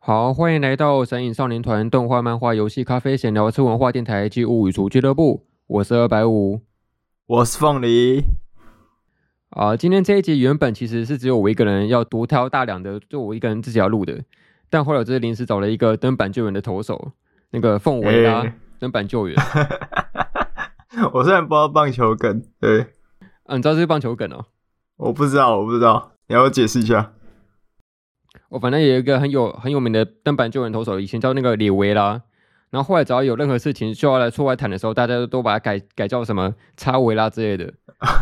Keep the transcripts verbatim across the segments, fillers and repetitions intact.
好，欢迎来到神隐少年团动画、漫画、游戏、咖啡闲聊次文化电台及物语厨俱乐部。我是二百五， 我是凤梨。 啊、今天这一集原本其实是只有我一个人要独挑大梁的，就我一个人自己要录的。但后来我就是临时找了一个登板救援的投手，那个凤维拉、 欸、 登板救援。 我虽然不知道棒球梗，对， 啊，你知道这是棒球梗哦？ 我不知道，我不知道，你要我解释一下。 我、哦、反正有一个很有很有名的登板救援投手，以前叫那个里维拉。然后后来只要有任何事情需要来出外谈的时候，大家都把它改改叫什么查维拉之类的。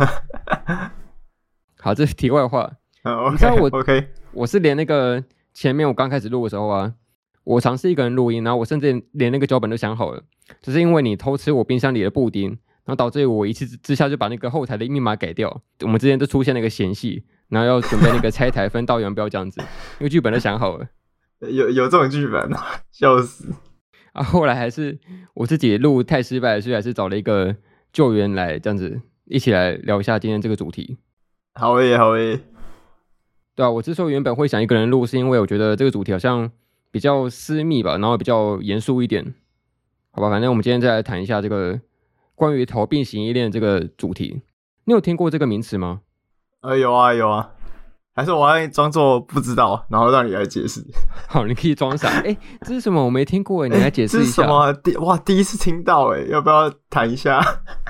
好，这是题外话。 uh, 你知道我 OK， 我是连那个前面我刚开始录的时候啊，我尝试一个人录音，然后我甚至连那个脚本都想好了，只是因为你偷吃我冰箱里的布丁，然后导致我一气之下就把那个后台的密码改掉。我们之间就出现了一个嫌隙，然后要准备那个拆台分道扬镳这样子，因为剧本都想好了。 有有这种剧本啊，笑死！ 啊，后来还是我自己录太失败了，所以还是找了一个救援来这样子一起来聊一下今天这个主题。 好耶，好耶。 对啊，我之所以原本会想一个人录，是因为我觉得这个主题好像比较私密吧，然后比较严肃一点。好吧，反正我们今天再来谈一下这个关于逃避型依恋这个主题。你有听过这个名词吗？ 呃，有啊有啊，还是我要装作不知道，然后让你来解释。 好，你可以装傻。哎，这是什么？我没听过，你来解释一下。 这是什么？第哇，第一次听到哎，要不要谈一下？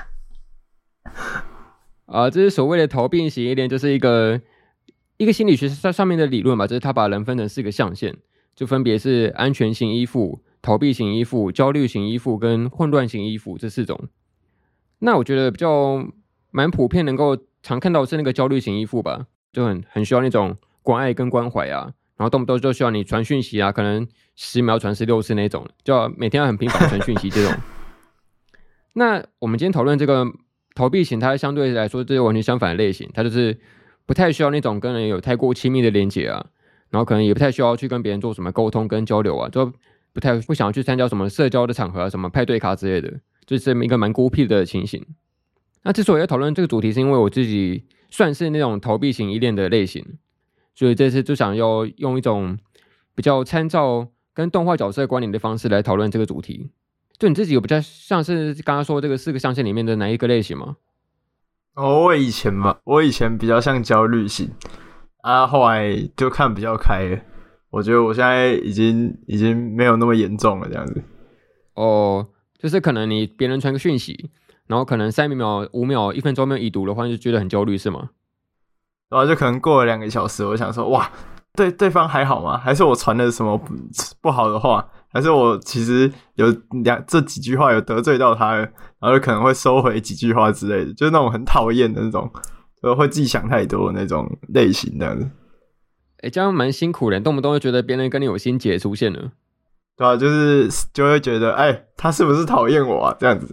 啊，这是所谓的逃避型依恋，就是一个一个心理学上上面的理论吧，就是它把人分成四个象限，就分别是安全型依附、逃避型依附、焦虑型依附跟混乱型依附这四种。那我觉得比较蛮普遍能够常看到的是那个焦虑型依附吧，就很很需要那种关爱跟关怀啊，然后动不动就需要你传讯息啊，可能十秒传十六次那种，就要每天要很频繁传讯息这种。那我们今天讨论这个逃避型，它相对来说这是完全相反的类型，它就是不太需要那种跟人有太过亲密的连结啊，然后可能也不太需要去跟别人做什么沟通跟交流啊，就不太不想要去参加什么社交的场合啊，什么派对卡之类的，就是一个蛮孤僻的情形。那之所以要讨论这个主题，是因为我自己算是那种逃避型依恋的类型，所以这次就想要用一种比较参照跟动画角色关联的方式来讨论这个主题。就你自己有比较像是刚刚说这个四个象限里面的哪一个类型吗？ 哦，我以前吧，我以前比较像焦虑型啊，后来就看比较开了。我觉得我现在已经已经没有那么严重了，这样子。 哦，就是可能你别人传个讯息，然后可能三秒、五秒、一分钟没有已读的话，就觉得很焦虑，是吗？ 然后就可能过了两个小时，我想说，哇，对对方还好吗？还是我传了什么不不好的话？还是我其实有两这几句话有得罪到他了，然后可能会收回几句话之类的，就是那种很讨厌的那种，就会自己想太多的那种类型这样子。 哎、欸，这样蛮辛苦的，动不动就觉得别人跟你有心结出现了。 对啊，就是就会觉得，哎，他是不是讨厌我啊？这样子。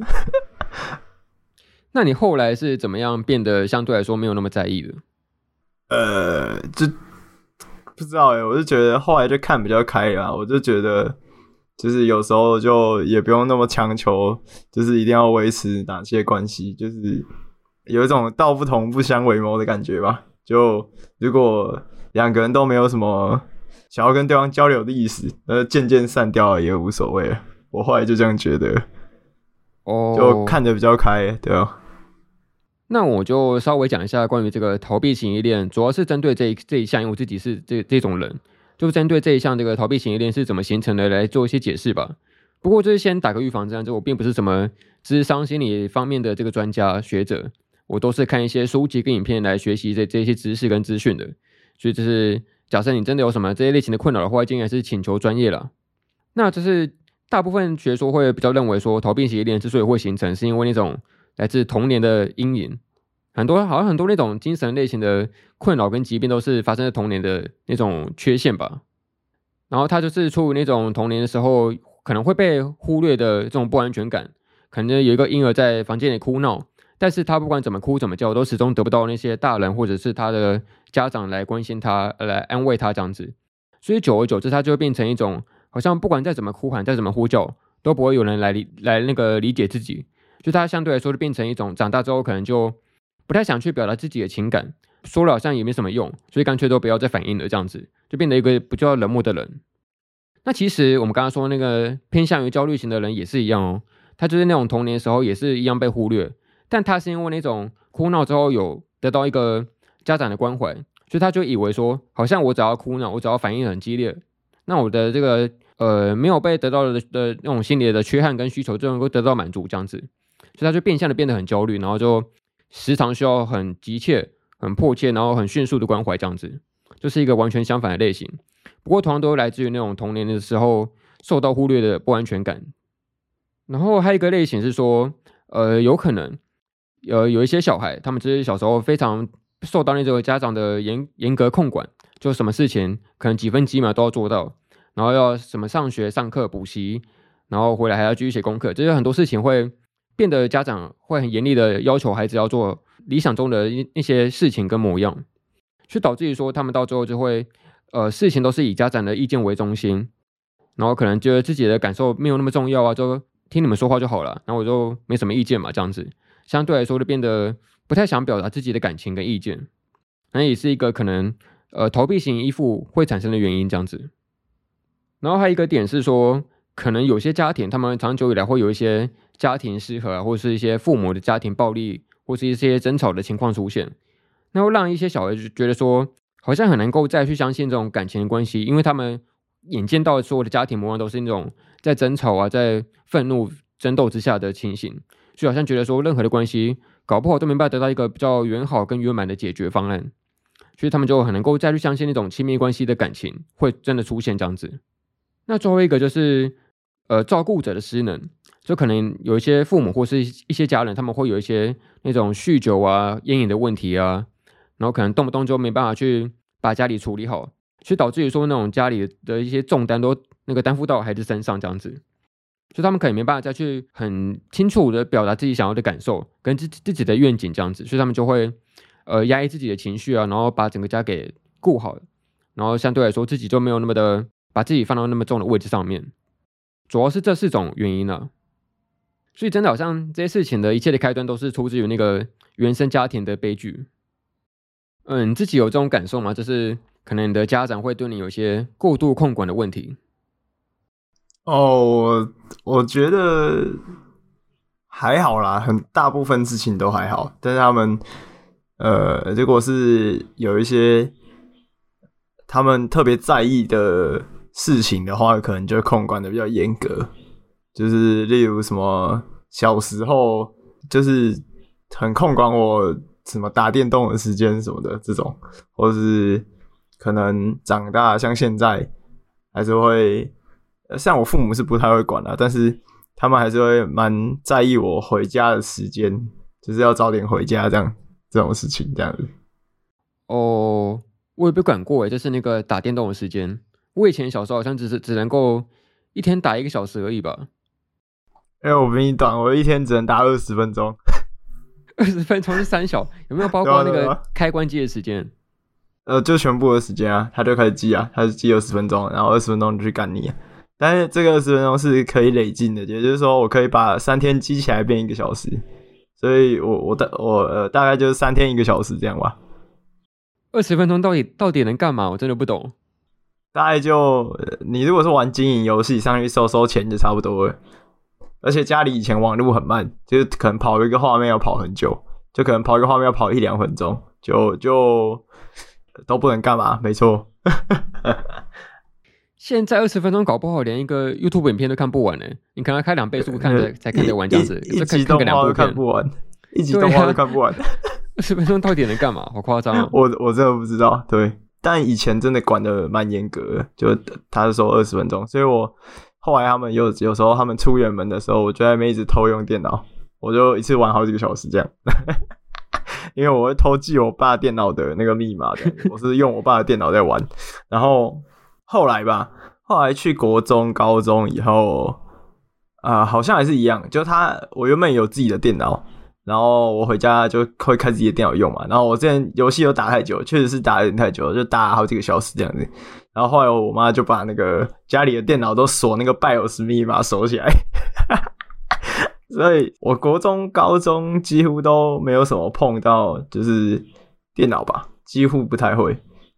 那你后来是怎么样变得相对来说没有那么在意的？ 呃，就不知道哎、欸，我就觉得后来就看比较开啦，我就觉得。就是有时候就也不用那么强求，就是一定要维持哪些关系，就是有一种道不同不相为谋的感觉吧。就如果两个人都没有什么想要跟对方交流的意思，那渐渐散掉了也无所谓了。我后来就这样觉得， 哦， 就看得比较开，对啊。 那我就稍微讲一下关于这个逃避型依恋，主要是针对这一这一项，因为我自己是这这种人。就针对这一项这个逃避型依恋是怎么形成的来做一些解释吧。不过就是先打个预防针，就我并不是什么諮商心理方面的这个专家学者，我都是看一些书籍跟影片来学习这这些知识跟资讯的。所以就是假设你真的有什么这些类型的困扰的话，建议还是请求专业啦。那就是大部分学说会比较认为说，逃避型依恋之所以会形成，是因为那种来自童年的阴影。很多好像很多那种精神类型的困扰跟疾病都是发生在童年的那种缺陷吧，然后他就是出于那种童年的时候可能会被忽略的这种不安全感，可能有一个婴儿在房间里哭闹，但是他不管怎么哭怎么叫，都始终得不到那些大人或者是他的家长来关心他，来安慰他这样子，所以久而久之，他就会变成一种好像不管再怎么哭喊，再怎么呼叫，都不会有人来理来那个理解自己，就他相对来说就变成一种长大之后可能就不太想去表达自己的情感，说了好像也没什么用，所以干脆都不要再反应了，这样子就变得一个比较冷漠的人。 那其实我们刚刚说那个偏向于焦虑型的人也是一样哦，他就是那种童年时候也是一样被忽略，但他是因为那种哭闹之后有得到一个家长的关怀，所以他就以为说，好像我只要哭闹，我只要反应很激烈，那我的这个呃没有被得到的的那种心理的缺憾跟需求就能够得到满足这样子，所以他就变相的变得很焦虑，然后就时常需要很急切、很迫切，然后很迅速的关怀这样子，就是一个完全相反的类型。不过同样都来自于那种童年的时候受到忽略的不安全感。然后还有一个类型是说，呃，有可能呃有一些小孩，他们就是小时候非常受到那种家长的严严格控管，就什么事情可能几分几秒都要做到，然后要什么上学、上课、补习，然后回来还要继续写功课，这些很多事情会变得家长会很严厉的要求孩子要做理想中的一些事情跟模样，所以导致于说他们到最后就会呃事情都是以家长的意见为中心，然后可能觉得自己的感受没有那么重要啊，就听你们说话就好了，然后我就没什么意见嘛，这样子相对来说就变得不太想表达自己的感情跟意见，那也是一个可能呃逃避型依附会产生的原因这样子。然后还有一个点是说，可能有些家庭他们长久以来会有一些家庭失和啊，或是一些父母的家庭暴力，或是一些争吵的情况出现，那会让一些小孩就觉得说，好像很难够再去相信这种感情的关系，因为他们眼见到所有的家庭模样都是那种在争吵啊，在愤怒争斗之下的情形，所以好像觉得说任何的关系搞不好都没办法得到一个比较圆好跟圆满的解决方案，所以他们就很能够再去相信那种亲密关系的感情会真的出现这样子。那最后一个就是呃照顾者的失能，就可能有一些父母或是一些家人，他们会有一些那种酗酒啊、烟瘾的问题啊，然后可能动不动就没办法去把家里处理好，所以导致于说那种家里的一些重担都那个担负到孩子身上这样子，所以他们可能没办法再去很清楚的表达自己想要的感受跟自自己的愿景这样子，所以他们就会呃压抑自己的情绪啊，然后把整个家给顾好，然后相对来说自己就没有那么的把自己放到那么重的位置上面，主要是这四种原因啊。所以真的好像这些事情的一切的开端都是出自于那个原生家庭的悲剧。嗯，你自己有这种感受吗？就是可能你的家长会对你有一些过度控管的问题。 哦，我我觉得还好啦，很大部分事情都还好，但是他们呃，如果是有一些他们特别在意的事情的话，可能就会控管的比较严格，就是例如什么小时候就是很控管我什么打电动的时间什么的这种，或是可能长大像现在还是会，像我父母是不太会管啦，但是他们还是会蛮在意我回家的时间，就是要早点回家这样这种事情这样子。 哦，我也被管过诶，就是那个打电动的时间。我以前小时候好像只是只能够一天打一个小时而已吧。 因为我比你短，我一天只能打二十分钟。 二十分钟是三小，有没有包括那个开关机的时间？ 呃，就全部的时间啊，他就开始记啊，他就记二十分钟，然后二十分钟就去干你啊。但是这个二十分钟是可以累进的，也就是说，我可以把三天积起来变一个小时，所以我我大我呃大概就是三天一个小时这样吧。 二十分钟到底到底能干嘛？我真的不懂。 大概就你如果是玩经营游戏，上去收收钱就差不多了。而且家里以前网路很慢，就是可能跑一个画面要跑很久，就可能跑一个画面要跑一两分钟，就就都不能干嘛，没错。 现在二十分钟搞不好连一个 YouTube 影片都看不完呢，你可能要开两倍速看着才看得完这样子， 一一集动画都看不完，一集动画都看不完。 二十分钟到底能干嘛？好夸张哦！ 我我真的不知道，对，但以前真的管得蛮严格的，就他是说二十分钟，所以我后来他们有有时候他们出远门的时候，我就在那边一直偷用电脑，我就一次玩好几个小时这样。因为我会偷记我爸电脑的那个密码的，我是用我爸的电脑在玩。然后后来吧，后来去国中、高中以后，啊、呃，好像还是一样，就他我原本有自己的电脑，然后我回家就会开自己的电脑用嘛。然后我之前游戏又打太久，确实是打有点太久了，就打好几个小时这样子。然后后来我妈就把那个家里的电脑都锁那个 BIOS 密码锁起来。所以我国中、高中几乎都没有什么碰到，就是电脑吧，几乎不太会。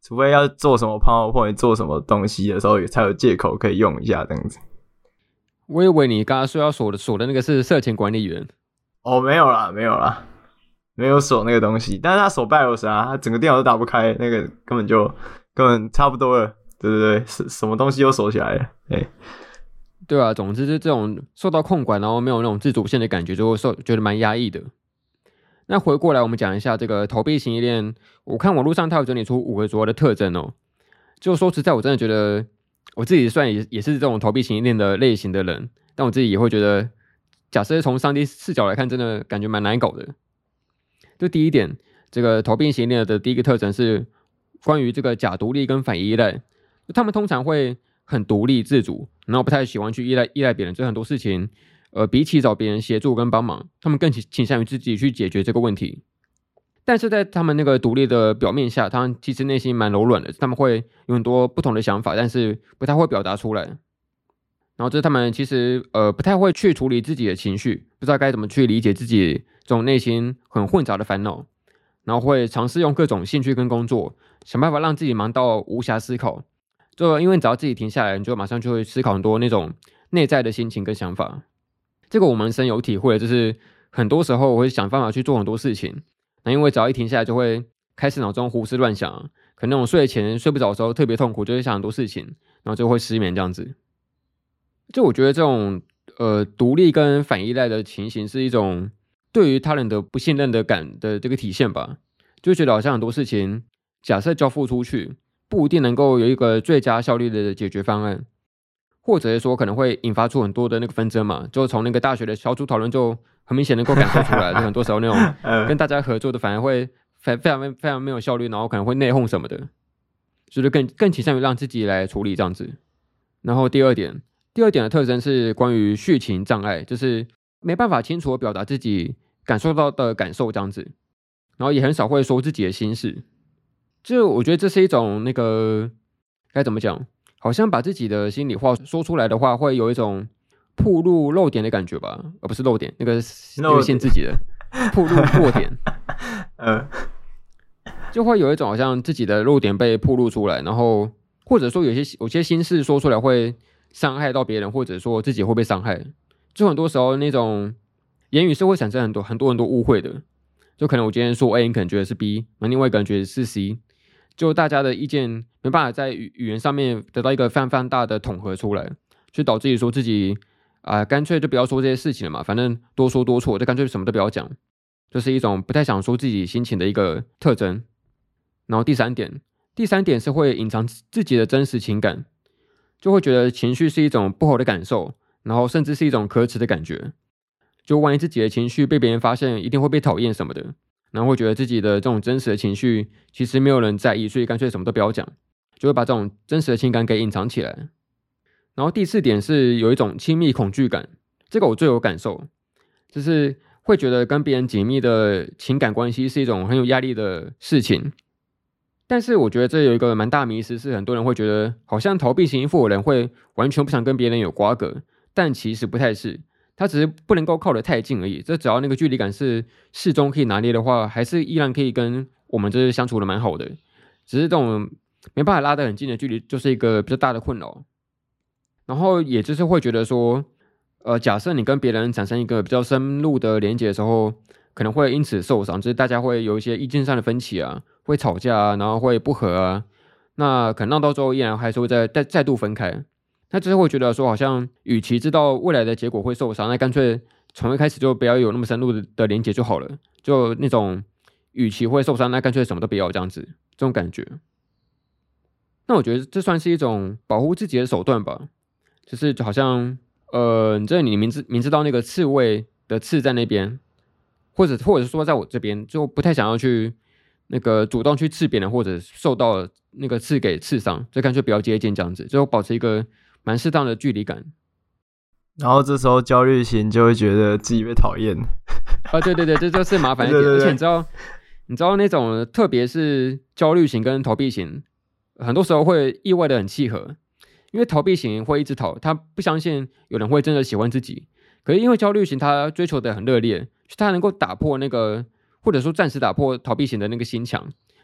除非要做什么 PowerPoint 做什么东西的时候，才有借口可以用一下这样子。 我以为你刚刚说要锁的锁的那个是社群管理员。 哦，没有啦，没有啦，没有锁那个东西。但是他锁 BIOS 啊，他整个电脑都打不开，那个根本就根本差不多了。对对对，什什么东西都锁起来了。对， 对啊，总之是这种受到控管，然后没有那种自主性的感觉，就会受觉得蛮压抑的。那回过来，我们讲一下这个逃避型依恋。我看网络上它有整理出五个主要的特征哦。就说实在，我真的觉得我自己虽然也也是这种逃避型依恋的类型的人，但我自己也会觉得，假设从上帝视角来看，真的感觉蛮难搞的。就第一点，这个逃避型依恋的第一个特征是关于这个假独立跟反依赖。他们通常会很独立自主，然后不太喜欢去依赖依赖别人，就很多事情。呃，比起找别人协助跟帮忙，他们更倾向于自己去解决这个问题。但是在他们那个独立的表面下，他们其实内心蛮柔软的，他们会有很多不同的想法，但是不太会表达出来。然后这是他们其实呃不太会去处理自己的情绪，不知道该怎么去理解自己这种内心很混杂的烦恼，然后会尝试用各种兴趣跟工作，想办法让自己忙到无暇思考。就因为只要自己停下来，你就马上就会思考很多那种内在的心情跟想法。这个我们深有体会，就是很多时候我会想办法去做很多事情，那因为只要一停下来，就会开始脑中胡思乱想，可能那种睡前睡不着的时候特别痛苦，就会想很多事情，然后就会失眠这样子。就我觉得这种呃独立跟反依赖的情形是一种对于他人的不信任的感的这个体现吧，就觉得好像很多事情假设交付出去，不一定能够有一个最佳效率的解决方案。或者是说可能会引发出很多的那个纷争嘛，就从那个大学的小组讨论就很明显能够感受出来，就很多时候那种跟大家合作的反而会非常非常没有效率，然后可能会内讧什么的，所以更更倾向于让自己来处理这样子。然后第二点，第二点的特征是关于绪情障碍，就是没办法清楚的表达自己感受到的感受这样子，然后也很少会说自己的心事。就我觉得这是一种那个该怎么讲？好像把自己的心里话说出来的话，会有一种暴露漏点的感觉吧，而不是漏点，那个那个限自己的暴露弱点，呃，就会有一种好像自己的弱点被暴露出来，然后或者说有些有些心事说出来会伤害到别人，或者说自己会被伤害，就很多时候那种言语是会产生很多很多很多误会的，就可能我今天说 A， 你可能觉得是 B， 那另外一个人觉得是 C。就大家的意见没办法在语言上面得到一个非常非常大的统合出来，就导致于说自己啊、呃，干脆就不要说这些事情了嘛，反正多说多错，就干脆什么都不要讲，就是一种不太想说自己心情的一个特征。然后第三点，第三点是会隐藏自己的真实情感，就会觉得情绪是一种不好的感受，然后甚至是一种可耻的感觉。就万一自己的情绪被别人发现，一定会被讨厌什么的。然后会觉得自己的这种真实的情绪其实没有人在意，所以干脆什么都不要讲，就会把这种真实的情感给隐藏起来。然后第四点是有一种亲密恐惧感，这个我最有感受，就是会觉得跟别人紧密的情感关系是一种很有压力的事情。但是我觉得这有一个蛮大迷思，是很多人会觉得好像逃避型依附的人会完全不想跟别人有瓜葛，但其实不太是。他只是不能够靠得太近而已，这只要那个距离感是适中可以拿捏的话，还是依然可以跟我们这相处的蛮好的。只是这种没办法拉得很近的距离，就是一个比较大的困扰。然后也就是会觉得说，呃，假设你跟别人产生一个比较深入的连结的时候，可能会因此受伤，就是大家会有一些意见上的分歧啊，会吵架啊，然后会不和啊，那可能闹到最后依然还是会再再再度分开。他就是会觉得说，好像与其知道未来的结果会受伤，那干脆从一开始就不要有那么深入的连结就好了。就那种与其会受伤，那干脆什么都不要这样子，这种感觉。那我觉得这算是一种保护自己的手段吧，就是好像呃，你这你明知明知道那个刺猬的刺在那边，或者或者说在我这边，就不太想要去那个主动去刺别人，或者受到那个刺给刺伤，就干脆不要接近这样子，就保持一个蛮适当的距离感。 然后这时候焦虑型就会觉得自己被讨厌啊，对对对，这就是麻烦一点。对对对，而且你知道，你知道那种特别是焦虑型跟逃避型，很多时候会意外的很契合。因为逃避型会一直逃，他不相信有人会真的喜欢自己。可是因为焦虑型他追求的很热烈，他能够打破那个，或者说暂时打破逃避型的那个心墙，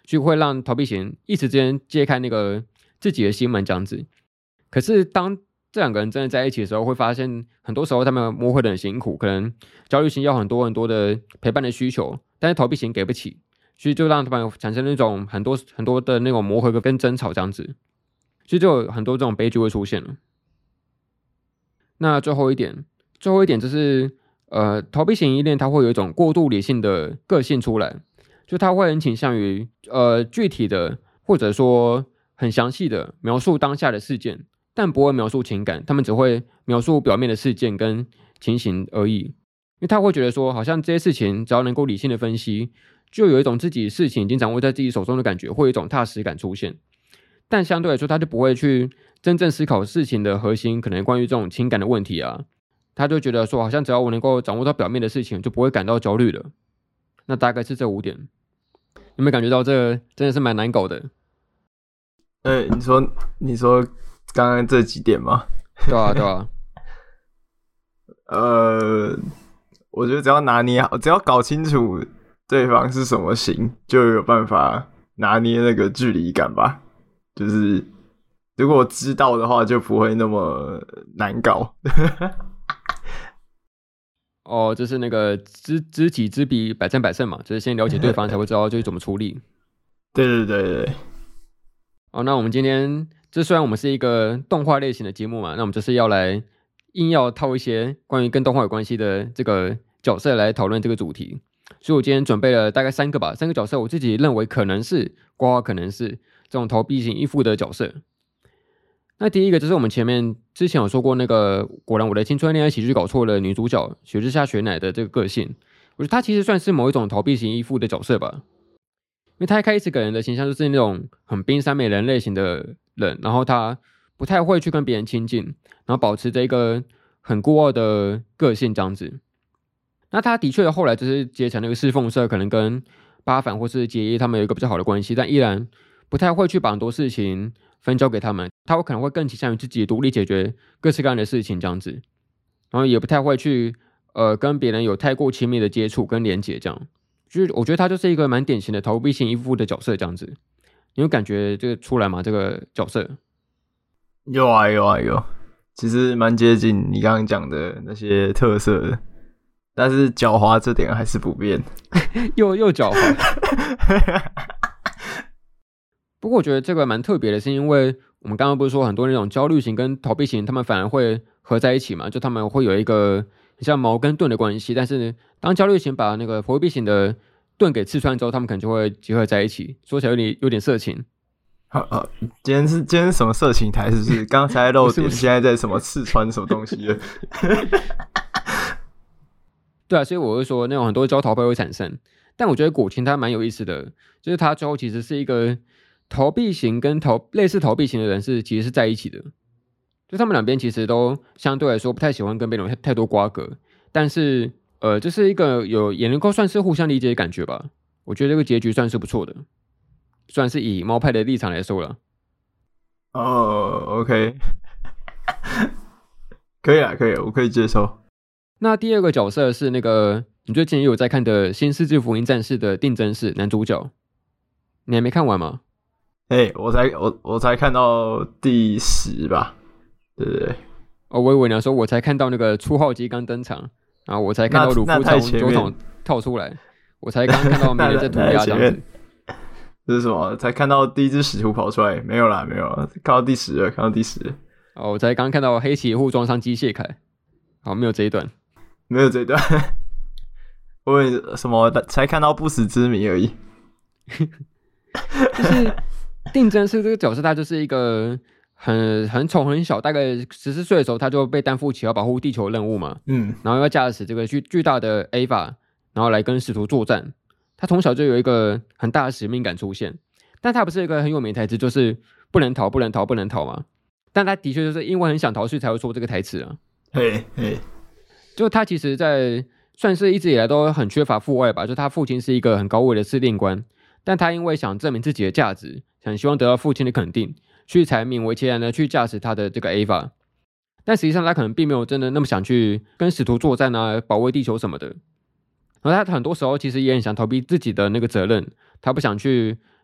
所以会让逃避型一时之间揭开那个自己的心门这样子。可是当这两个人真的在一起的时候，会发现很多时候他们磨合的很辛苦，可能焦虑型要很多很多的陪伴的需求，但是逃避型给不起，所以就让他们产生那种很多很多的那种磨合跟争吵这样子，所以就有很多这种悲剧会出现了。那最后一点，最后一点就是呃，逃避型依恋它会有一种过度理性的个性出来，就他会很倾向于呃具体的或者说很详细的描述当下的事件，但不会描述情感，他们只会描述表面的事件跟情形而已。因为他会觉得说，好像这些事情只要能够理性的分析，就有一种自己事情已经掌握在自己手中的感觉，会有一种踏实感出现。但相对来说，他就不会去真正思考事情的核心，可能关于这种情感的问题啊。他就觉得说，好像只要我能够掌握到表面的事情，就不会感到焦虑了。那大概是这五点，有没有感觉到这个真的是蛮难搞的？ 呃，你说你说刚刚这几点吗？ 对啊，对啊。 呃，我觉得只要拿捏好，只要搞清楚对方是什么型，就有办法拿捏那个距离感吧。就是如果知道的话，就不会那么难搞。 哦，就是那个知知己知彼，百战百胜嘛，就是先了解对方才会知道就是怎么处理。 对对对对。 哦，那我们今天这虽然我们是一个动画类型的节目嘛，那我们就是要来硬要套一些关于跟动画有关系的这个角色来讨论这个主题。所以我今天准备了大概三个吧，三个角色我自己认为可能是括号可能是这种逃避型依附的角色。那第一个就是我们前面之前有说过那个果然我的青春恋爱喜剧搞错了女主角雪之下雪乃的这个个性，我觉得她其实算是某一种逃避型依附的角色吧。因为她一开始给人的形象就是那种很冰山美人类型的人，然后她不太会去跟别人亲近，然后保持着一个很孤傲的个性这样子。那她的确后来就是结成那个侍奉社，可能跟八反或是结衣他们有一个比较好的关系，但依然不太会去把很多事情分交给他们，他会可能会更倾向于自己独立解决各式各样的事情这样子，然后也不太会去呃跟别人有太过亲密的接触跟连结这样。就是我觉得他就是一个蛮典型的逃避型依附的角色这样子。你有感觉这个出来吗？这个角色？ 有啊有啊有，其实蛮接近你刚刚讲的那些特色的，但是狡猾这点还是不变。 又又狡猾。不过我觉得这个蛮特别的，是因为我们刚刚不是说很多那种焦虑型跟逃避型，他们反而会合在一起嘛，就他们会有一个像矛跟盾的关系。但是当焦虑型把那个逃避型的盾给刺穿之后，他们可能就会结合在一起，说起来有点有点色情。 好好，今天是今天是什么色情台？是不是？刚才漏点，现在在什么刺穿什么东西了？ 对啊，所以我会说那种很多焦逃会会产生，但我觉得果青它蛮有意思的，就是它最后其实是一个逃避型跟逃类似逃避型的人是其实是在一起的，就他们两边其实都相对来说不太喜欢跟别人有太多瓜葛，但是呃，这是一个有也能够算是互相理解的感觉吧。我觉得这个结局算是不错的，虽然是以猫派的立场来说了。 哦 ，OK， 可以啊，可以，我可以接受。 那第二个角色是那个你最近也有在看的《新世纪福音战士》的定真寺男主角，你还没看完吗？ 哎、欸，我才我我才看到第十吧，对不对？ 哦，我以为你要说我才看到那个初号机刚登场，然后我才看到鲁夫从酒桶套出来，我才刚看到鸣人在涂鸦这样子。 这是什么？才看到第一只使徒跑出来？没有啦，没有啦，看到第十了，看到第十了。 哦，我才刚看到黑崎护装上机械铠，好，没有这一段， 没有这一段。我以为什么才看到不死之谜而已。 就是定真寺这个角色，他就是一个很很宠很小，大概十四岁的时候，他就被担负起要保护地球的任务嘛，嗯，然后要驾驶这个巨巨大的 A 法，然后来跟使徒作战。他从小就有一个很大的使命感出现，但他不是一个很有名的台词，就是不能逃，不能逃，不能逃嘛。但他的确就是因为很想逃，所以才会说这个台词啊。 嘿嘿， 就他其实在算是一直以来都很缺乏父爱吧，就他父亲是一个很高位的司令官，但他因为想证明自己的价值，想希望得到父亲的肯定，所以才勉为其难的去驾驶他的这个 A 法。但实际上他可能并没有真的那么想去跟使徒作战啊，保卫地球什么的。然后他很多时候其实也很想逃避自己的那个责任，他不想去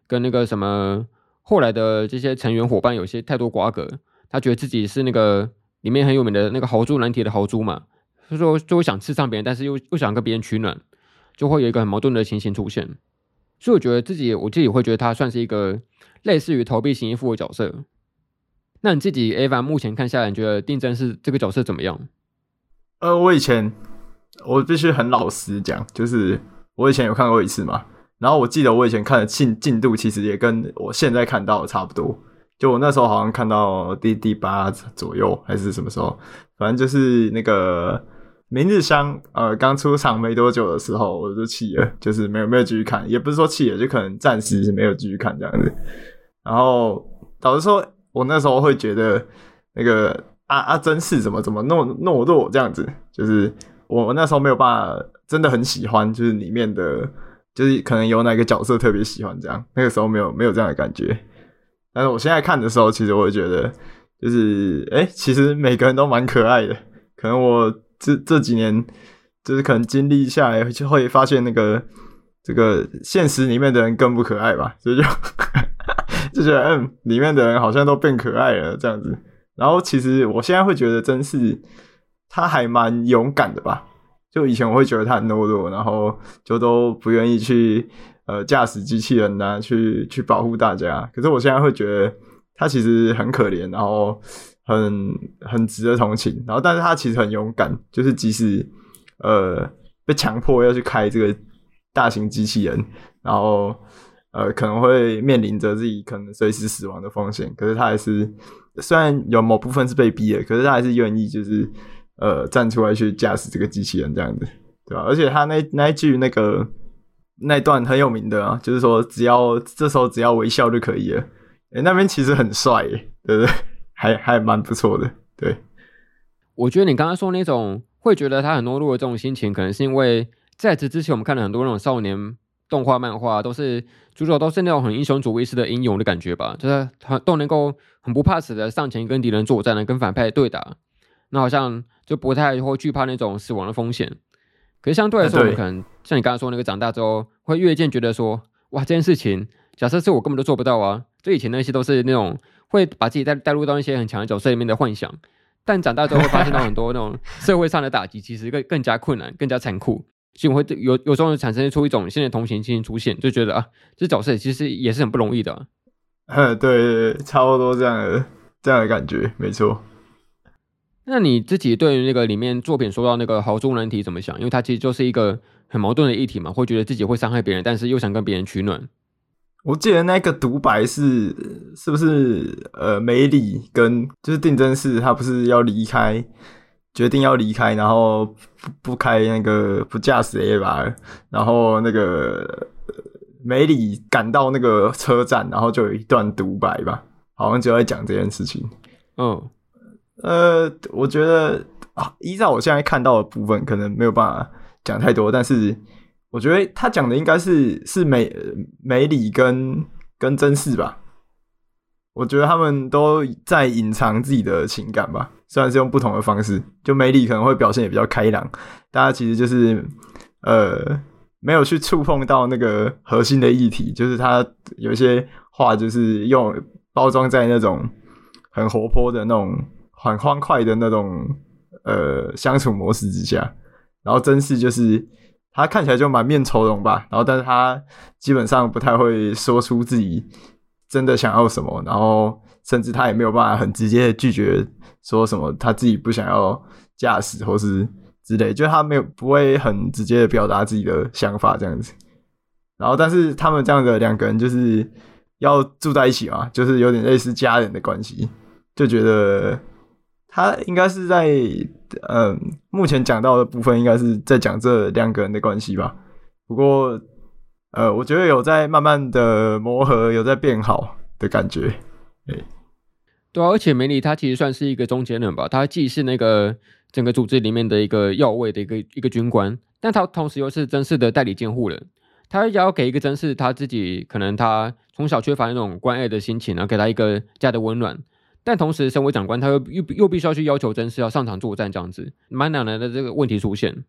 跟那个什么后来的这些成员伙伴有些太多瓜葛，他觉得自己是那个里面很有名的那个豪猪难题的豪猪嘛，所以说就会想刺伤别人，但是又又想跟别人取暖，就会有一个很矛盾的情形出现。所以我觉得自己我自己会觉得他算是一个类似于逃避型依附的角色。那你自己 Evan 目前看下来，你觉得定真是这个角色怎么样？ 呃，我以前我必须很老实讲，就是我以前有看过一次嘛，然后我记得我以前看的进进度其实也跟我现在看到的差不多，就我那时候好像看到第第八左右还是什么时候，反正就是那个明日香呃刚出场没多久的时候我就弃了，就是没有没有继续看，也不是说弃了，就可能暂时没有继续看这样子。然后老实说我那时候会觉得那个阿阿珍是怎么怎么懦懦弱这样子，就是我那时候没有办法真的很喜欢，就是里面的就是可能有哪个角色特别喜欢这样，那个时候没有没有这样的感觉。但是我现在看的时候，其实我会觉得就是诶、欸、其实每个人都蛮可爱的，可能我这这几年就是可能经历下来就会发现那个这个现实里面的人更不可爱吧，所以就就觉得嗯，里面的人好像都变可爱了这样子。然后其实我现在会觉得真是他还蛮勇敢的吧，就以前我会觉得他很懦弱，然后就都不愿意去呃驾驶机器人啊，去去保护大家。可是我现在会觉得他其实很可怜，然后很很值得同情，然后但是他其实很勇敢，就是即使呃被强迫要去开这个大型机器人，然后呃可能会面临着自己可能随时死亡的风险，可是他还是虽然有某部分是被逼的，可是他还是愿意就是呃站出来去驾驶这个机器人这样子，对吧？而且他那那一句那个那一段很有名的啊，就是说只要这时候只要微笑就可以了。诶，那边其实很帅耶，对不对？还还蛮不错的，对。 我觉得你刚刚说那种会觉得他很懦弱的这种心情，可能是因为在此之前我们看了很多那种少年动画漫画，都是主角都是那种很英雄主义式的英勇的感觉吧，就是都能够很不怕死的上前跟敌人作战的，跟反派对打，那好像就不太会惧怕那种死亡的风险。可是相对来说，我们可能像你刚才说那个长大之后，会越渐觉得说，哇，这件事情假设是我根本都做不到啊。就以前那些都是那种会把自己带带入到一些很强的角色里面的幻想，但长大之后会发现到很多那种社会上的打击其实更更加困难，更加残酷，所以我会有有时候产生出一种新的同情心出现，就觉得啊，这角色其实也是很不容易的、啊。 嗯，对对对，差不多这样的这样的感觉，没错。 那你自己对于那个里面作品说到那个豪猪难题怎么想？因为它其实就是一个很矛盾的议题嘛，会觉得自己会伤害别人，但是又想跟别人取暖。 我记得那个独白是是不是呃梅里跟就是定真寺他不是要离开，决定要离开，然后不不开那个不驾驶 A 吧，然后那个梅里赶到那个车站，然后就有一段独白吧，好像就在讲这件事情。 嗯， 呃，我觉得啊，依照我现在看到的部分，可能没有办法讲太多，但是我觉得他讲的应该是是梅梅里跟跟真嗣吧。我觉得他们都在隐藏自己的情感吧，虽然是用不同的方式。就梅里可能会表现也比较开朗，大家其实就是呃没有去触碰到那个核心的议题，就是他有一些话就是用包装在那种很活泼的那种很欢快的那种呃相处模式之下，然后真嗣就是他看起来就满面愁容吧，然后但是他基本上不太会说出自己真的想要什么，然后甚至他也没有办法很直接的拒绝说什么他自己不想要驾驶或是之类，就他没有不会很直接的表达自己的想法这样子。然后但是他们这样的两个人就是要住在一起嘛，就是有点类似家人的关系，就觉得他应该是在嗯，目前讲到的部分应该是在讲这两个人的关系吧。不过呃，我觉得有在慢慢的磨合，有在变好的感觉。对， 对啊，而且梅里他其实算是一个中间人吧，他既是那个整个组织里面的一个要位的一个一个军官，但他同时又是真嗣的代理监护人。他要给一个真嗣他自己可能他从小缺乏那种关爱的心情，然后给他一个家的温暖。但同时，身为长官，他又又又必须要去要求真嗣要上场作战，这样子蛮难的这个问题出现。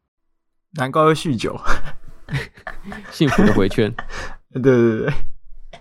难怪会酗酒， 幸福的回圈。 对对对。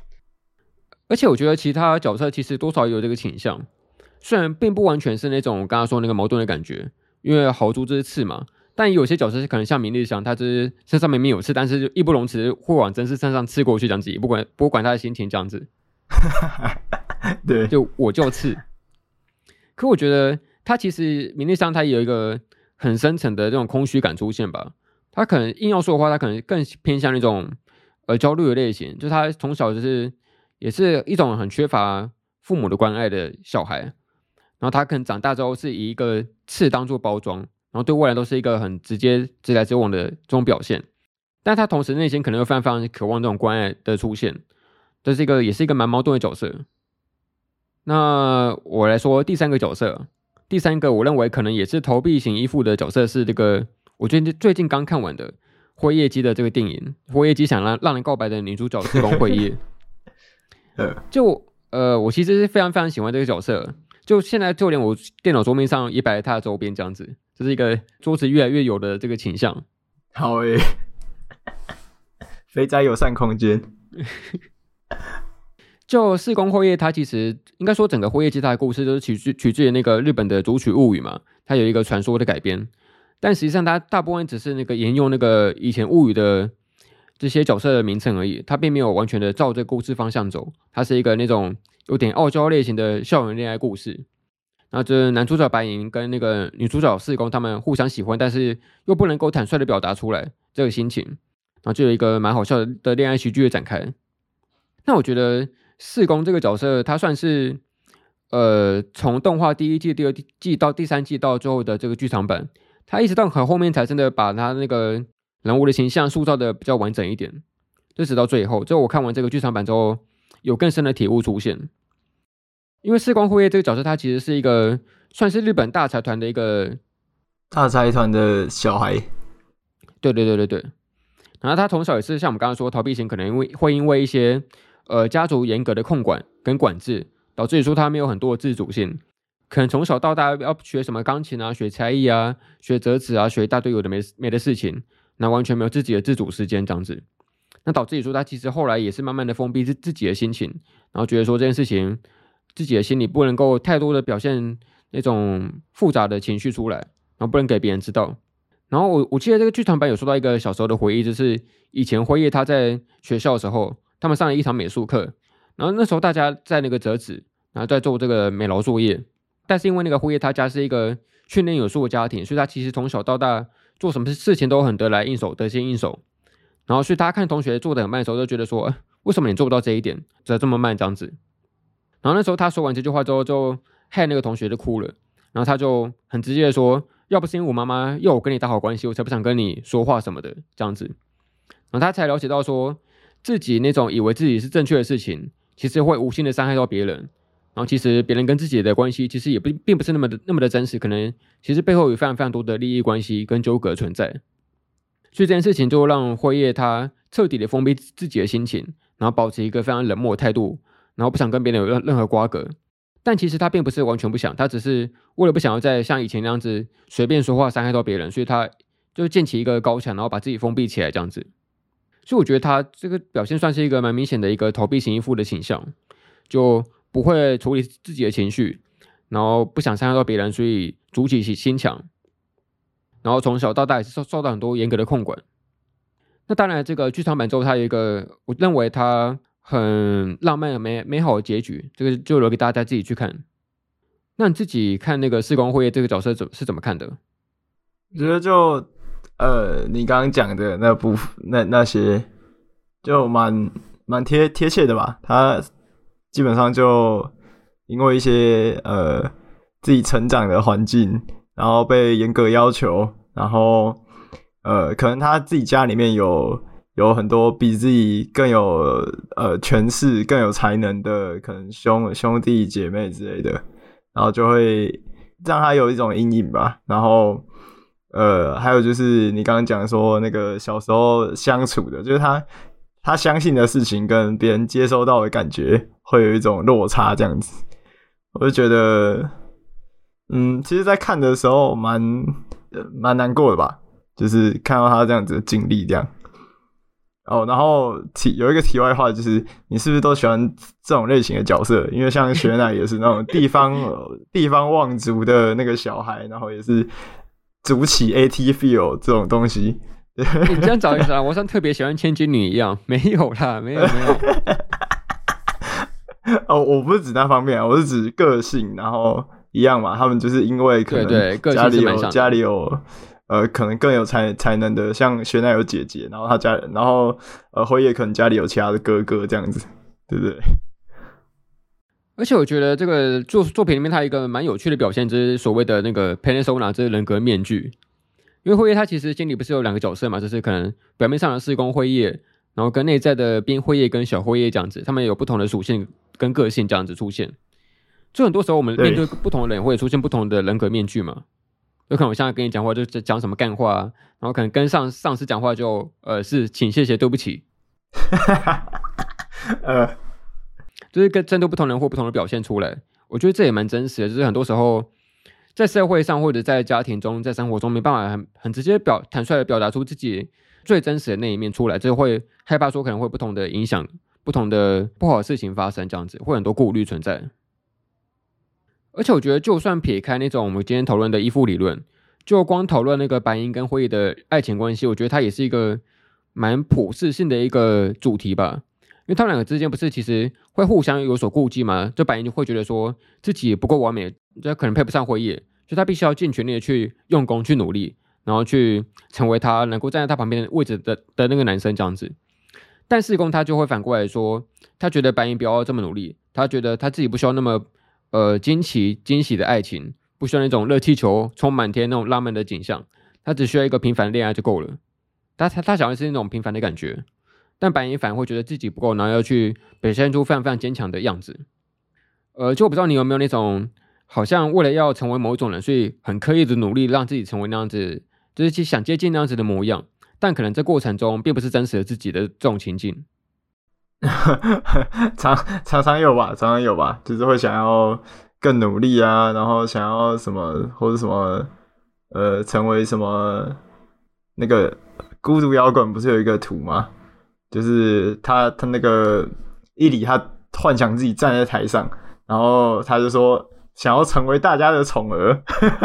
而且我觉得其他角色其实多少也有这个倾向，虽然并不完全是那种我刚刚说那个矛盾的感觉，因为豪猪这是刺嘛，但也有些角色可能像明日香，他就是身上明明有刺，但是就义不容辞会往真丝身上刺过去这样子，也不管不管他的心情这样子。 对， 就我就刺。可我觉得他其实明日香他也有一个很深层的这种空虚感出现吧。他可能硬要说的话，他可能更偏向那种呃焦虑的类型，就他从小就是也是一种很缺乏父母的关爱的小孩，然后他可能长大之后是以一个刺当做包装，然后对未来都是一个很直接直来直往的这种表现，但他同时内心可能又非常非常渴望这种关爱的出现，这是一个也是一个蛮矛盾的角色。那我来说第三个角色，第三个我认为可能也是投币型依附的角色是这个，我最近最近刚看完的辉夜姬的这个电影《辉夜姬想让让人告白的女主角四宫辉夜》。就呃，我其实是非常非常喜欢这个角色，就现在就连我电脑桌面上也摆了他的周边这样子，这是一个桌子越来越有的这个倾向。 好诶，肥宅友善空间。 就四宫辉夜，它其实应该说整个辉夜姬它的故事都是取自取自于那个日本的竹取物语嘛，它有一个传说的改编，但实际上它大部分只是那个沿用那个以前物语的这些角色的名称而已，它并没有完全的照这个故事方向走，它是一个那种有点傲娇类型的校园恋爱故事。然后就是男主角白银跟那个女主角四宫他们互相喜欢，但是又不能够坦率的表达出来这个心情，然后就有一个蛮好笑的恋爱喜剧的展开。那我觉得四宫这个角色，他算是呃从动画第一季、第二季到第三季到最后的这个剧场版，他一直到很后面才真的把他那个人物的形象塑造的比较完整一点，就直到最后，就我看完这个剧场版之后，有更深的体悟出现。因为四宫辉夜这个角色，他其实是一个算是日本大财团的一个大财团的小孩。 对对对对对。然后他从小也是像我们刚刚说，逃避型可能因为会因为一些呃家族严格的控管跟管制，导致于说他没有很多的自主性，可能从小到大要学什么钢琴啊、学才艺啊、学折纸啊、学一大堆有的没没的事情，那完全没有自己的自主时间这样子。那导致于说他其实后来也是慢慢的封闭自自己的心情，然后觉得说这件事情自己的心里不能够太多的表现那种复杂的情绪出来，然后不能给别人知道。然后我我记得这个剧场版有说到一个小时候的回忆，就是以前辉夜他在学校的时候，他们上了一堂美术课，然后那时候大家在那个折纸，然后在做这个美劳作业，但是因为那个辉夜他家是一个训练有素的家庭，所以他其实从小到大做什么事情都很得来应手，得心应手。然后所以他看同学做得很慢的时候，就觉得说，为什么你做不到这一点，怎么这么慢这样子。然后那时候他说完这句话之后，就害那个同学就哭了，然后他就很直接的说，要不是因为我妈妈要我跟你打好关系，我才不想跟你说话什么的这样子。然后他才了解到说，自己那种以为自己是正确的事情，其实会无心的伤害到别人。然后其实别人跟自己的关系，其实也不并不是那么的那么的真实，可能其实背后有非常非常多的利益关系跟纠葛存在。所以这件事情就让辉夜他彻底的封闭自己的心情，然后保持一个非常冷漠的态度，然后不想跟别人有任任何瓜葛。但其实他并不是完全不想，他只是为了不想要再像以前那样子随便说话伤害到别人，所以他就建起一个高墙，然后把自己封闭起来这样子。所以我觉得他这个表现算是一个蛮明显的一个逃避型依附的倾向，就不会处理自己的情绪，然后不想伤害到别人，所以筑起心墙，然后从小到大也是受受到很多严格的控管。那当然，这个剧场版之后，它有一个我认为它很浪漫美美好的结局，这个就留给大家自己去看。那你自己看那个四宫辉夜这个角色怎是怎么看的？ 我觉得就呃，你刚刚讲的那部那那些，就蛮蛮贴贴切的吧。他基本上就因为一些呃自己成长的环境，然后被严格要求，然后呃，可能他自己家里面有有很多比自己更有呃权势、更有才能的可能兄兄弟姐妹之类的，然后就会让他有一种阴影吧。然后呃，还有就是你刚刚讲说那个小时候相处的，就是他他相信的事情跟别人接收到的感觉会有一种落差，这样子，我就觉得，嗯，其实，在看的时候蛮蛮难过的吧。就是看到他这样子的经历，这样， 哦，然后题有一个题外话，就是你是不是都喜欢这种类型的角色？因为像雪乃也是那种地方地方望族的那个小孩，然后也是组起 A T feel 这种东西。 你这样找一找，我像特别喜欢千金女一样，没有啦，没有没有。 哦，我不是指那方面啊，我是指个性，然后一样嘛，他们就是因为可能家里有家里有。呃，可能更有才才能的，像雪乃有姐姐，然后他家，然后呃，辉夜可能家里有其他的哥哥这样子，对不对？ 而且我觉得这个作作品里面，它有一个蛮有趣的表现，就是所谓的那个 Persona 这人格面具。因为辉夜他其实心里不是有两个角色嘛，就是可能表面上的四宫辉夜，然后跟内在的边辉夜跟小辉夜这样子，他们有不同的属性跟个性这样子出现。就很多时候我们面对不同的人，会出现不同的人格面具嘛。有可能我现在跟你讲话就讲什么干话、啊，然后可能跟上上司讲话就呃是请谢谢对不起，呃，就是跟针对不同人或不同的表现出来，我觉得这也蛮真实的。就是很多时候在社会上或者在家庭中、在生活中没办法很很直接表坦率的表达出自己最真实的那一面出来，这会害怕说可能会不同的影响、不同的不好的事情发生，这样子会很多顾虑存在。而且我觉得，就算撇开那种我们今天讨论的依附理论，就光讨论那个白银跟辉夜的爱情关系，我觉得它也是一个蛮普世性的一个主题吧。因为他们两个之间不是其实会互相有所顾忌嘛？就白银就会觉得说自己不够完美，就可能配不上辉夜，所以他必须要尽全力的去用功、去努力，然后去成为他能够站在他旁边的位置的的那个男生这样子。但四宫他就会反过来说，他觉得白银不要这么努力，他觉得他自己不需要那么。呃，惊奇惊喜的爱情，不需要那种热气球充满天那种浪漫的景象，他只需要一个平凡的恋爱就够了。他他他想要的是那种平凡的感觉，但白银反而会觉得自己不够，然后要去表现出非常非常坚强的样子。呃，就我不知道你有没有那种，好像为了要成为某种人，所以很刻意的努力让自己成为那样子，就是去想接近那样子的模样，但可能这过程中并不是真实的自己的这种情境。 常常常有吧，常常有吧，就是会想要更努力啊，然后想要什么或者什么，呃，成为什么那个孤独摇滚不是有一个图吗？就是他他那个伊里他幻想自己站在台上，然后他就说想要成为大家的宠儿，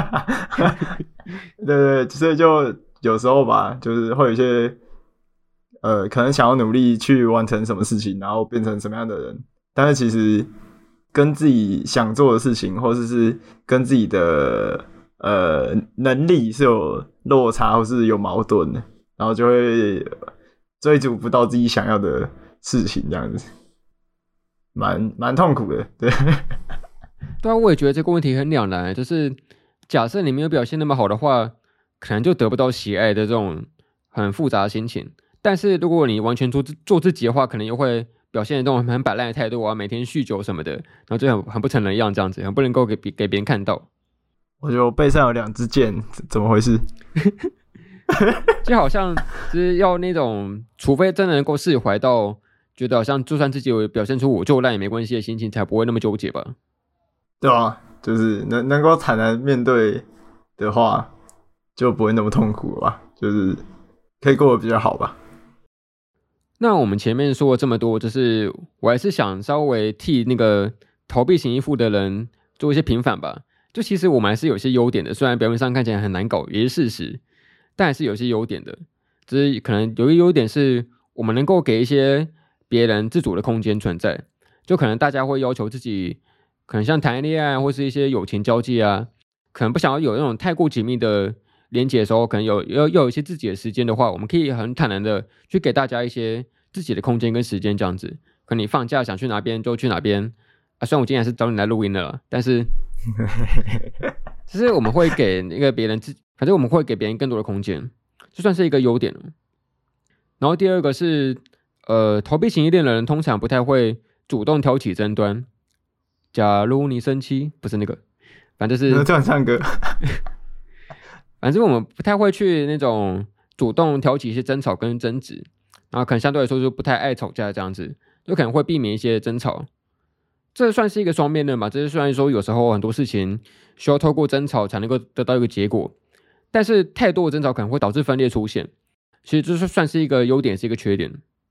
对对，所以就有时候吧，就是会有一些。呃，可能想要努力去完成什么事情，然后变成什么样的人，但是其实跟自己想做的事情，或者是跟自己的呃能力是有落差，或是有矛盾的，然后就会追逐不到自己想要的事情，这样子，蛮蛮痛苦的，对。 对啊，我也觉得这个问题很两难，就是假设你没有表现那么好的话，可能就得不到喜爱的这种很复杂的心情。但是如果你完全做做自己的话，可能又会表现这种很摆烂的态度啊，每天酗酒什么的，然后就很很不成人样这样子，很不能够给给别人看到。 我觉得我背上有两支箭，怎么回事？ 就好像就是要那种，除非真的能够释怀到觉得好像就算自己有表现出我就烂也没关系的心情，才不会那么纠结吧？ 对啊，就是能能够坦然面对的话，就不会那么痛苦了吧？就是可以过得比较好吧。 那我们前面说了这么多，就是我还是想稍微替那个逃避型依附的人做一些平反吧。就其实我们还是有些优点的，虽然表面上看起来很难搞，也是事实，但还是有些优点的。只是可能有一个优点是我们能够给一些别人自主的空间存在。就可能大家会要求自己，可能像谈恋爱或是一些友情交际啊，可能不想要有那种太过紧密的连结的时候，可能有要要有一些自己的时间的话，我们可以很坦然的去给大家一些自己的空间跟时间，这样子。可能你放假想去哪边就去哪边啊。虽然我今天还是找你来录音的了，但是其实我们会给那个别人自，反正我们会给别人更多的空间，这算是一个优点。然后第二个是，呃，逃避型依恋的人通常不太会主动挑起争端。假如你生气，不是那个，反正就是这样唱歌。 反正我们不太会去那种主动挑起一些争吵跟争执，然后可能相对来说就不太爱吵架这样子，就可能会避免一些争吵。这算是一个双面的嘛？这虽然说有时候很多事情需要透过争吵才能够得到一个结果，但是太多的争吵可能会导致分裂出现。其实这算是一个优点，是一个缺点。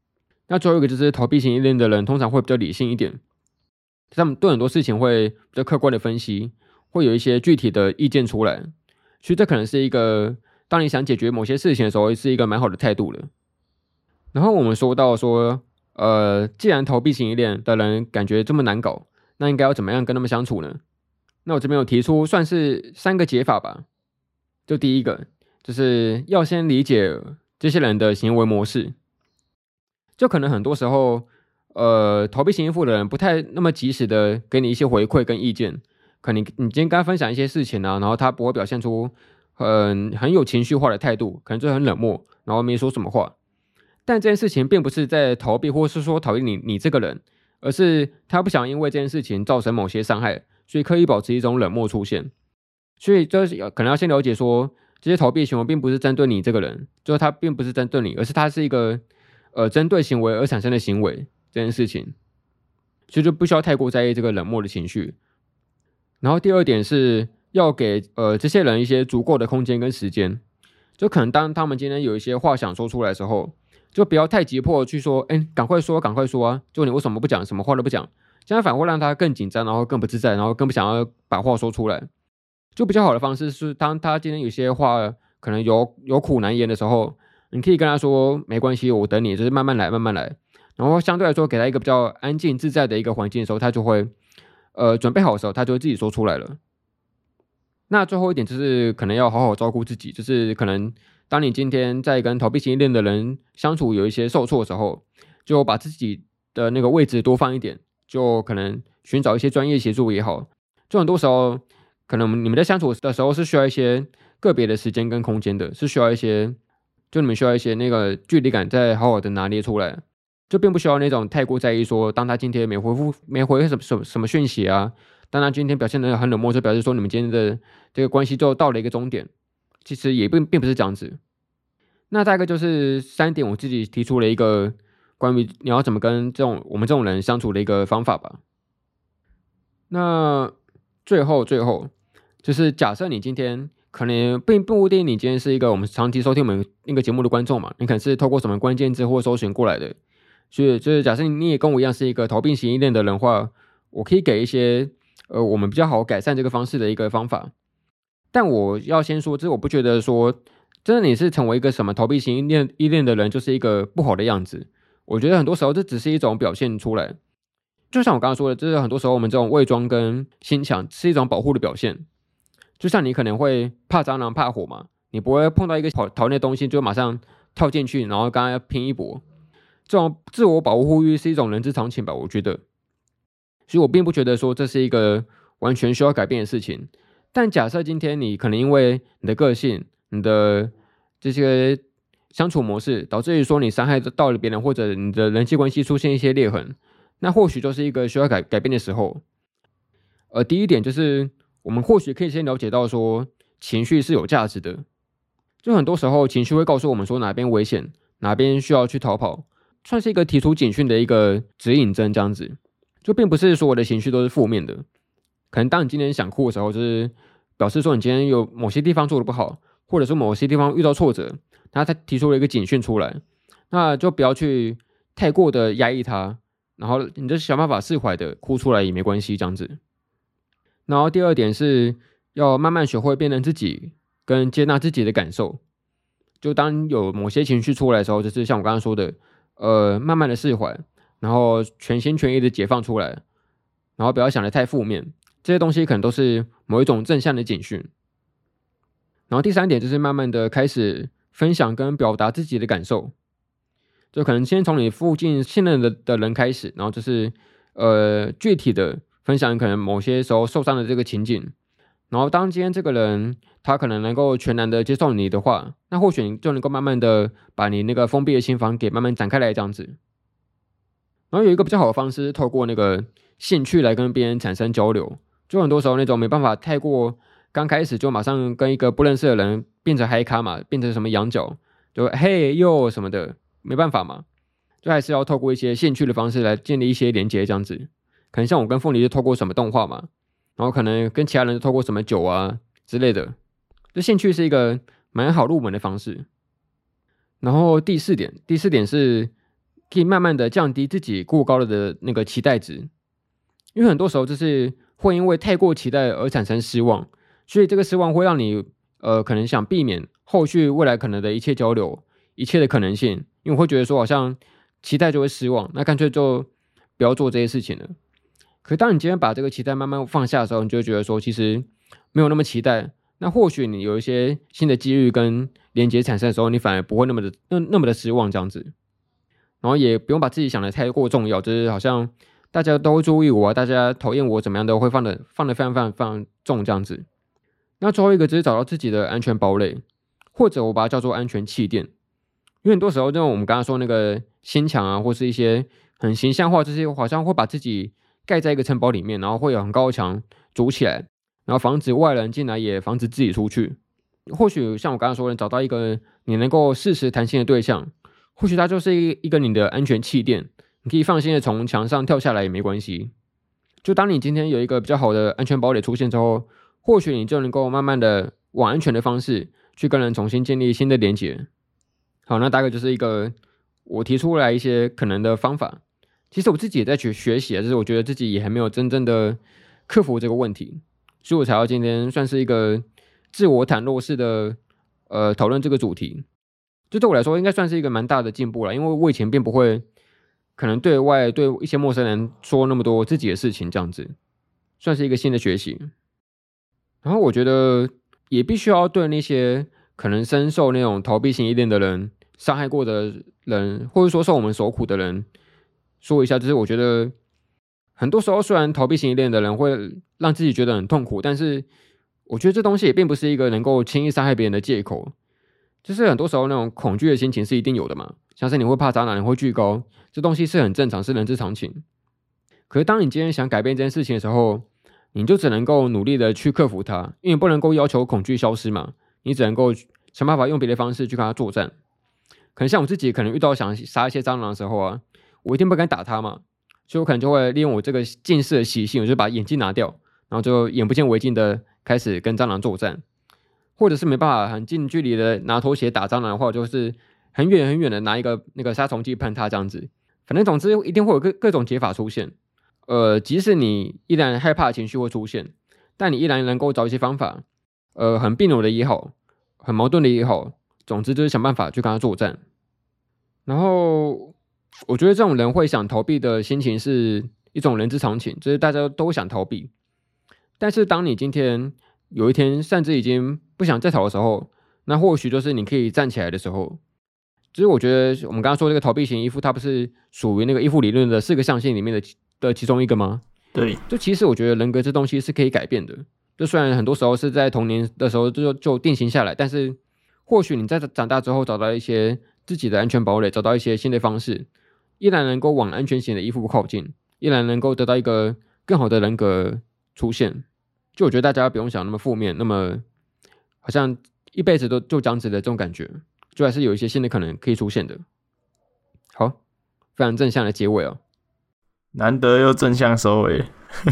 那最后一个就是逃避型依恋的人通常会比较理性一点，他们对很多事情会比较客观的分析，会有一些具体的意见出来，所以这可能是一个当你想解决某些事情的时候是一个蛮好的态度了。然后我们说到说呃，既然逃避型依恋的人感觉这么难搞，那应该要怎么样跟他们相处呢？那我这边有提出算是三个解法吧。就第一个就是要先理解这些人的行为模式，就可能很多时候呃，逃避型依附的人不太那么及时的给你一些回馈跟意见，可能你今天跟他分享一些事情啊，然后他不会表现出很很有情绪化的态度，可能就很冷漠，然后没说什么话。但这件事情并不是在逃避，或是说讨厌你你这个人，而是他不想因为这件事情造成某些伤害，所以刻意保持一种冷漠出现。所以就是可能要先了解说，这些逃避行为并不是针对你这个人，就是他并不是针对你，而是他是一个呃针对行为而产生的行为这件事情，所以就不需要太过在意这个冷漠的情绪。然后第二点是要给呃这些人一些足够的空间跟时间，就可能当他们今天有一些话想说出来的时候，就不要太急迫去说，哎，赶快说，赶快说啊！就你为什么不讲，什么话都不讲，这样反而会让他更紧张，然后更不自在，然后更不想要把话说出来。就比较好的方式是，当他今天有些话可能有有苦难言的时候，你可以跟他说，没关系，我等你，就是慢慢来，慢慢来。然后相对来说，给他一个比较安静自在的一个环境的时候，他就会呃准备好的时候，他就会自己说出来了。那最后一点就是可能要好好照顾自己，就是可能当你今天在跟逃避型依恋的人相处有一些受挫的时候，就把自己的那个位置多放一点，就可能寻找一些专业协助也好。就很多时候，可能你们在相处的时候是需要一些个别的时间跟空间的，是需要一些，就你们需要一些那个距离感再好好的拿捏出来，就并不需要那种太过在意说，当他今天没回复没回什么什么什么讯息啊。当然，今天表现得很冷漠，就表示说你们今天的这个关系就到了一个终点。其实也并并不是这样子。那大概就是三点，我自己提出了一个关于你要怎么跟这种我们这种人相处的一个方法吧。那最后最后就是假设你今天可能并不一定你今天是一个我们长期收听我们那个节目的观众嘛，你可能是透过什么关键字或搜寻过来的，所以就是假设你也跟我一样是一个逃避型依恋的人的话，我可以给一些。呃，我们比较好改善这个方式的一个方法，但我要先说，就是我不觉得说，真的你是成为一个什么逃避型依恋依恋的人，就是一个不好的样子。我觉得很多时候这只是一种表现出来，就像我刚刚说的，就是很多时候我们这种伪装跟心墙是一种保护的表现。就像你可能会怕蟑螂、怕火嘛，你不会碰到一个讨讨厌的东西就马上跳进去，然后跟他拼一搏。这种自我保护欲是一种人之常情吧，我觉得。所以我并不觉得说这是一个完全需要改变的事情，但假设今天你可能因为你的个性、你的这些相处模式，导致于说你伤害到了别人，或者你的人际关系出现一些裂痕，那或许就是一个需要改改变的时候。呃，第一点就是我们或许可以先了解到说情绪是有价值的，就很多时候情绪会告诉我们说哪边危险，哪边需要去逃跑，算是一个提出警讯的一个指引针这样子。就并不是所有的情绪都是负面的，可能当你今天想哭的时候，就是表示说你今天有某些地方做的不好，或者说某些地方遇到挫折，然后他提出了一个警讯出来，那就不要去太过的压抑它，然后你就想办法释怀的哭出来也没关系这样子。然后第二点是要慢慢学会辨认自己跟接纳自己的感受，就当有某些情绪出来的时候，就是像我刚刚说的，呃，慢慢的释怀。然后全心全意的解放出来，然后不要想得太负面，这些东西可能都是某一种正向的警讯。然后第三点就是慢慢的开始分享跟表达自己的感受，就可能先从你附近信任的的人开始，然后就是呃具体的分享可能某些时候受伤的这个情景，然后当今天这个人他可能能够全然的接受你的话，那或许你就能够慢慢的把你那个封闭的心房给慢慢展开来这样子。然后有一个比较好的方式是透过那个兴趣来跟别人产生交流，就很多时候那种没办法太过刚开始就马上跟一个不认识的人变成嗨咖嘛，变成什么羊角，就嘿哟什么的，没办法嘛，就还是要透过一些兴趣的方式来建立一些连结这样子。可能像我跟凤梨就透过什么动画嘛，然后可能跟其他人就透过什么酒啊之类的，就兴趣是一个蛮好入门的方式。然后第四点，第四点是可以慢慢的降低自己过高了的那个期待值，因为很多时候就是会因为太过期待而产生失望，所以这个失望会让你呃可能想避免后续未来可能的一切交流，一切的可能性，因为我会觉得说好像期待就会失望，那干脆就不要做这些事情了。可是当你今天把这个期待慢慢放下的时候，你就会觉得说其实没有那么期待，那或许你有一些新的机遇跟连接产生的时候，你反而不会那么的那那么的失望这样子，然后也不用把自己想的太过重要，就是好像大家都会注意我啊，大家讨厌我怎么样都会放的放的非常非常非常重这样子。那最后一个就是找到自己的安全堡垒，或者我把它叫做安全气垫，因为很多时候就我们刚刚说那个心墙啊，或是一些很形象化，这些好像会把自己盖在一个城堡里面，然后会有很高的墙筑起来，然后防止外人进来，也防止自己出去。或许像我刚刚说的，找到一个你能够适时弹性的对象，或许它就是一个你的安全气垫，你可以放心的从墙上跳下来也没关系。就当你今天有一个比较好的安全堡垒出现之后，或许你就能够慢慢的往安全的方式去跟人重新建立新的连结。好，那大概就是一个我提出来一些可能的方法。其实我自己也在去学习，就是我觉得自己也还没有真正的克服这个问题，所以我才要今天算是一个自我袒露式的呃讨论这个主题。这对我来说应该算是一个蛮大的进步了，因为我以前并不会可能对外对一些陌生人说那么多自己的事情，这样子算是一个新的学习。然后我觉得也必须要对那些可能深受那种逃避型依恋的人伤害过的人，或者说受我们所苦的人说一下，就是我觉得很多时候虽然逃避型依恋的人会让自己觉得很痛苦，但是我觉得这东西也并不是一个能够轻易伤害别人的借口。就是很多时候那种恐惧的心情是一定有的嘛，像是你会怕渣男，你会惧高，这东西是很正常，是人之常情。可是当你今天想改变这件事情的时候，你就只能够努力的去克服它，因为你不能够要求恐惧消失嘛，你只能够想办法用别的方式去跟它作战。可能像我自己可能遇到想杀一些蟑螂的时候啊，我一定不敢打它嘛，所以我可能就会利用我这个近视的习性，我就把眼镜拿掉，然后就眼不见为净的开始跟蟑螂作战。或者是没办法很近距离的拿拖鞋打蟑螂的话，就是很远很远的拿一个那个杀虫剂喷它这样子。反正总之一定会有各各种解法出现。呃，即使你依然害怕的情绪会出现，但你依然能够找一些方法，呃，很别扭的也好，很矛盾的也好，总之就是想办法去跟他作战。然后我觉得这种人会想逃避的心情是一种人之常情，就是大家都想逃避。但是当你今天有一天甚至已经不想再逃的时候，那或许就是你可以站起来的时候。就是我觉得我们刚刚说这个逃避型依附，它不是属于那个依附理论的四个象限里面的的其中一个吗？ 对， 就其实我觉得人格这东西是可以改变的。就虽然很多时候是在童年的时候就就定型下来，但是或许你在长大之后找到一些自己的安全堡垒，找到一些新的方式，依然能够往安全型的依附靠近，依然能够得到一个更好的人格出现。就我觉得大家不用想那么负面，那么好像一辈子都就这样子的这种感觉，就还是有一些新的可能可以出现的。好，非常正向的结尾哦， 难得又正向收尾。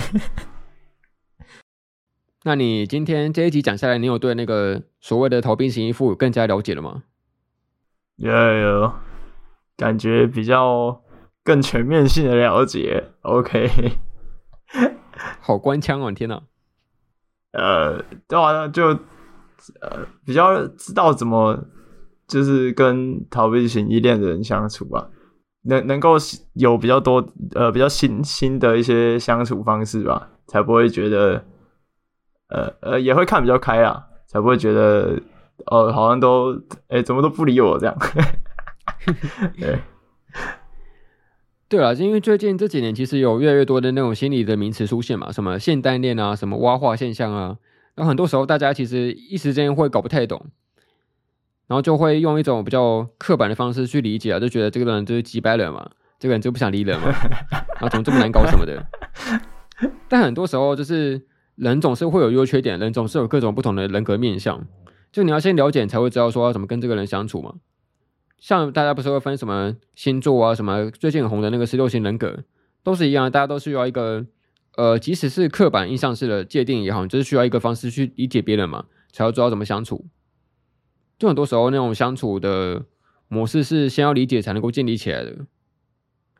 那你今天这一集讲下来，你有对那个所谓的逃避型依附更加了解了吗？ 有有有，感觉比较更全面性的了解。OK， 好官腔哦，天哪！ 呃，对啊，就呃比较知道怎么就是跟逃避型依恋的人相处吧，能能够有比较多呃比较新新的一些相处方式吧，才不会觉得呃呃也会看比较开啦，才不会觉得哦、呃、好像都哎、欸、怎么都不理我这样。对。 对啊，因为最近这几年其实有越来越多的那种心理的名词出现嘛，什么现代恋啊，什么蛙化现象啊，然后很多时候大家其实一时间会搞不太懂，然后就会用一种比较刻板的方式去理解啊，就觉得这个人就是几百人嘛，这个人就不想理人嘛，然后怎么这么难搞什么的。但很多时候就是人总是会有优缺点，人总是有各种不同的人格面向，就你要先了解，你才会知道说要怎么跟这个人相处嘛。像大家不是会分什么星座啊，什么最近很红的那个十六型人格，都是一样的，大家都需要一个呃，即使是刻板印象式的界定也好，就是需要一个方式去理解别人嘛，才要知道怎么相处。就很多时候那种相处的模式是先要理解才能够建立起来的。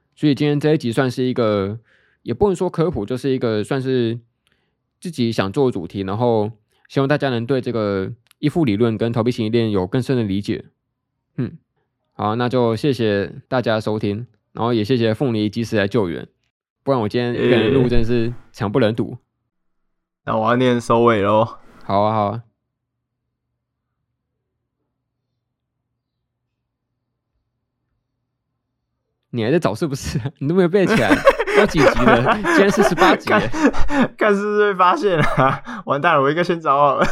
所以今天这一集算是一个，也不能说科普，就是一个算是自己想做的主题，然后希望大家能对这个依附理论跟逃避型依恋有更深的理解。嗯，好，那就谢谢大家收听，然后也谢谢凤梨及时来救援，不然我今天一个人录真的是惨不忍睹。 那我要念收尾咯。 好啊，好啊。你还在找是不是？你都没有背起来，要几集了？今天是十八集了。 看是不是被发现了、啊？完蛋了，我应该先找好了。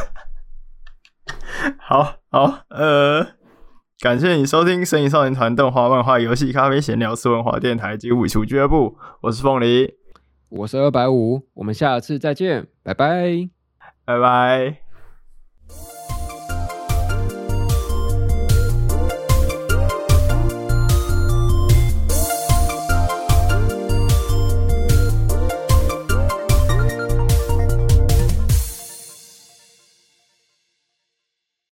好好，呃，感谢你收听《神隐少年团》动画、漫画、游戏、咖啡、闲聊、次文化电台及尾厨俱乐部。我是凤梨， 我是二百五，我们下次再见，拜拜， 拜拜。